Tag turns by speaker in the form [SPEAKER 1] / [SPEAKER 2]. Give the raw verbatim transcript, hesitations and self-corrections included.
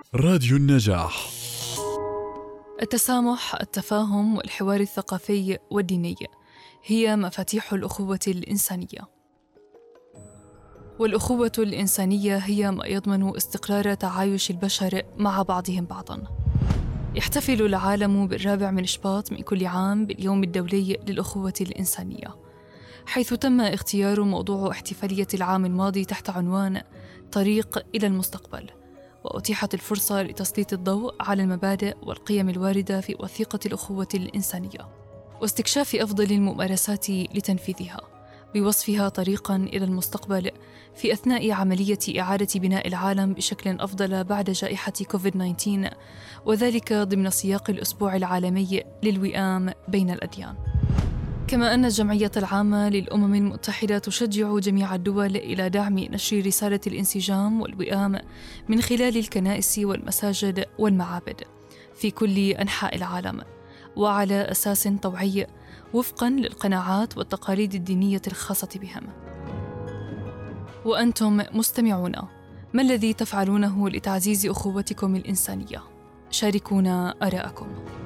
[SPEAKER 1] راديو النجاح.
[SPEAKER 2] التسامح، التفاهم والحوار الثقافي والديني هي مفاتيح الأخوة الإنسانية. والأخوة الإنسانية هي ما يضمن استقرار تعايش البشر مع بعضهم بعضاً. يحتفل العالم بالرابع من شباط من كل عام باليوم الدولي للأخوة الإنسانية، حيث تم اختيار موضوع احتفالية العام الماضي تحت عنوان طريق إلى المستقبل، وأتيحت الفرصة لتسليط الضوء على المبادئ والقيم الواردة في وثيقة الأخوة الإنسانية، واستكشاف أفضل الممارسات لتنفيذها، بوصفها طريقاً إلى المستقبل في أثناء عملية إعادة بناء العالم بشكل أفضل بعد جائحة كوفيد تسعة عشر، وذلك ضمن سياق الأسبوع العالمي للوئام بين الأديان. كما أن الجمعية العامة للأمم المتحدة تشجع جميع الدول إلى دعم نشر رسالة الانسجام والوئام من خلال الكنائس والمساجد والمعابد في كل أنحاء العالم، وعلى أساس طوعي وفقاً للقناعات والتقاليد الدينية الخاصة بهم. وأنتم مستمعون، ما الذي تفعلونه لتعزيز أخوتكم الإنسانية؟ شاركونا آراءكم.